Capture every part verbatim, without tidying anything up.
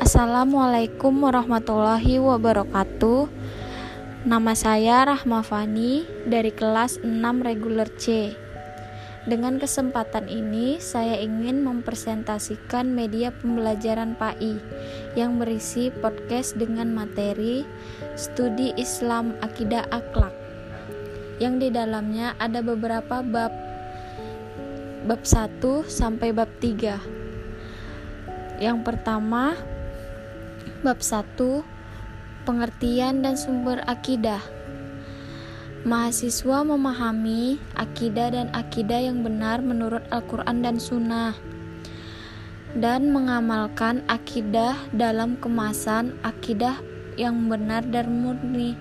Assalamualaikum warahmatullahi wabarakatuh. Nama saya Rahma Fani dari kelas enam reguler C. Dengan kesempatan ini, saya ingin mempresentasikan media pembelajaran P A I yang berisi podcast dengan materi Studi Islam Akidah Akhlak, yang di dalamnya ada beberapa bab, bab satu sampai bab tiga. Yang pertama, bab satu, pengertian dan sumber akidah. Mahasiswa memahami akidah dan akidah yang benar menurut Al-Quran dan Sunnah, dan mengamalkan akidah dalam kemasan akidah yang benar dan murni.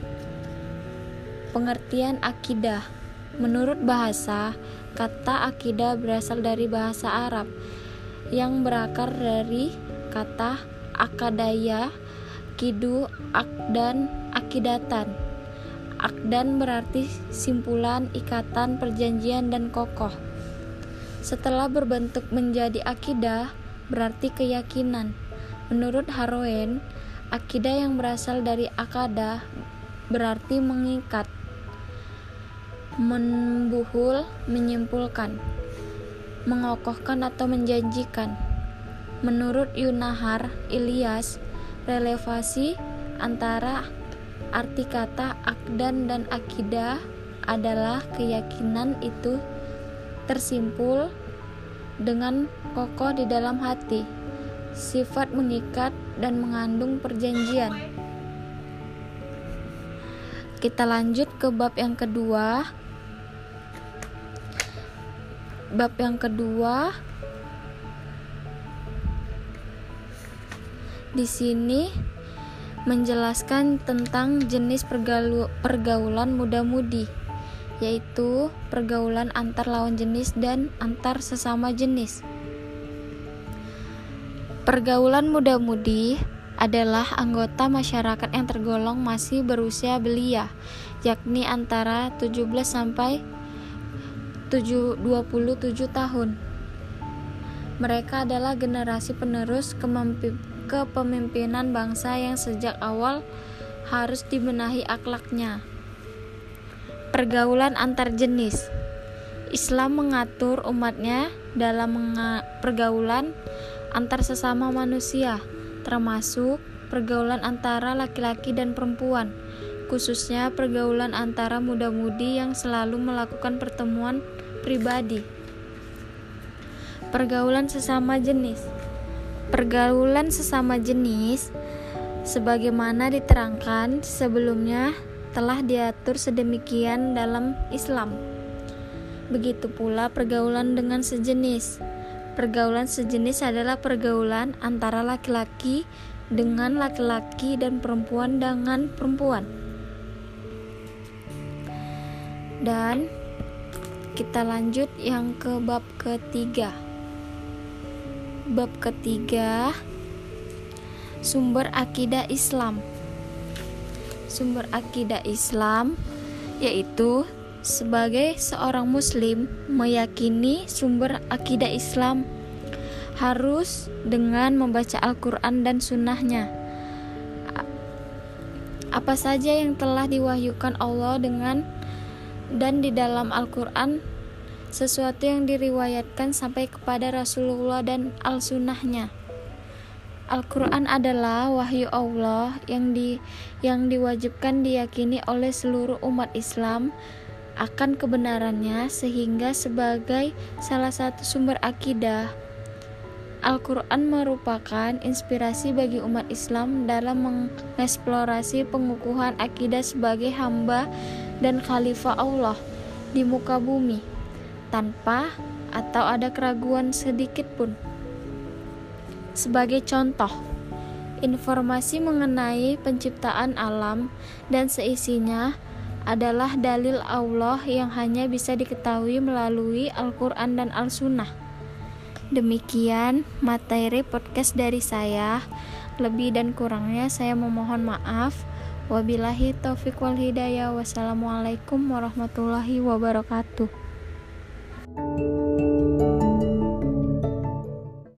Pengertian akidah. Menurut bahasa, kata akidah berasal dari bahasa Arab yang berakar dari kata akadaya, kidu, akdan, akidatan. Akdan berarti simpulan, ikatan, perjanjian, dan kokoh. Setelah berbentuk menjadi akidah, berarti keyakinan. Menurut Haroen, akidah yang berasal dari akadah berarti mengikat, membuhul, menyimpulkan, mengokohkan atau menjanjikan. Menurut Yunahar Ilyas, relevasi antara arti kata akdan dan akidah adalah keyakinan itu tersimpul dengan kokoh di dalam hati, sifat mengikat dan mengandung perjanjian. Kita lanjut ke bab yang kedua. Bab yang kedua di sini menjelaskan tentang jenis pergaul- pergaulan muda-mudi, yaitu pergaulan antar lawan jenis dan antar sesama jenis. Pergaulan muda-mudi adalah anggota masyarakat yang tergolong masih berusia belia, yakni antara tujuh belas sampai dua puluh tujuh tahun. Mereka adalah generasi penerus kemampi- kepemimpinan bangsa yang sejak awal harus dibenahi akhlaknya. Pergaulan antar jenis. Islam mengatur umatnya dalam menga- pergaulan antar sesama manusia, termasuk pergaulan antara laki-laki dan perempuan, khususnya pergaulan antara muda-mudi yang selalu melakukan pertemuan pribadi. Pergaulan sesama jenis. Pergaulan sesama jenis sebagaimana diterangkan sebelumnya telah diatur sedemikian dalam Islam. Begitu pula pergaulan dengan sejenis. Pergaulan sejenis adalah pergaulan antara laki-laki dengan laki-laki dan perempuan dengan perempuan. Dan kita lanjut yang ke bab ketiga. Bab ketiga, sumber akidah Islam. Sumber akidah Islam yaitu sebagai seorang muslim meyakini sumber akidah Islam harus dengan membaca Al-Quran dan sunnahnya. Apa saja yang telah diwahyukan Allah dengan dan di dalam Al-Quran, sesuatu yang diriwayatkan sampai kepada Rasulullah dan al-sunnahnya. Al-Quran adalah wahyu Allah yang di yang diwajibkan diyakini oleh seluruh umat Islam akan kebenarannya, sehingga sebagai salah satu sumber akidah, Al-Quran merupakan inspirasi bagi umat Islam dalam mengeksplorasi pengukuhan akidah sebagai hamba dan khalifah Allah di muka bumi, tanpa atau ada keraguan sedikit pun. Sebagai contoh, informasi mengenai penciptaan alam dan seisinya adalah dalil Allah yang hanya bisa diketahui melalui Al-Quran dan Al-Sunnah. Demikian materi podcast dari saya. Lebih dan kurangnya saya memohon maaf. Wabillahi taufiq wal hidayah. Wassalamualaikum warahmatullahi wabarakatuh.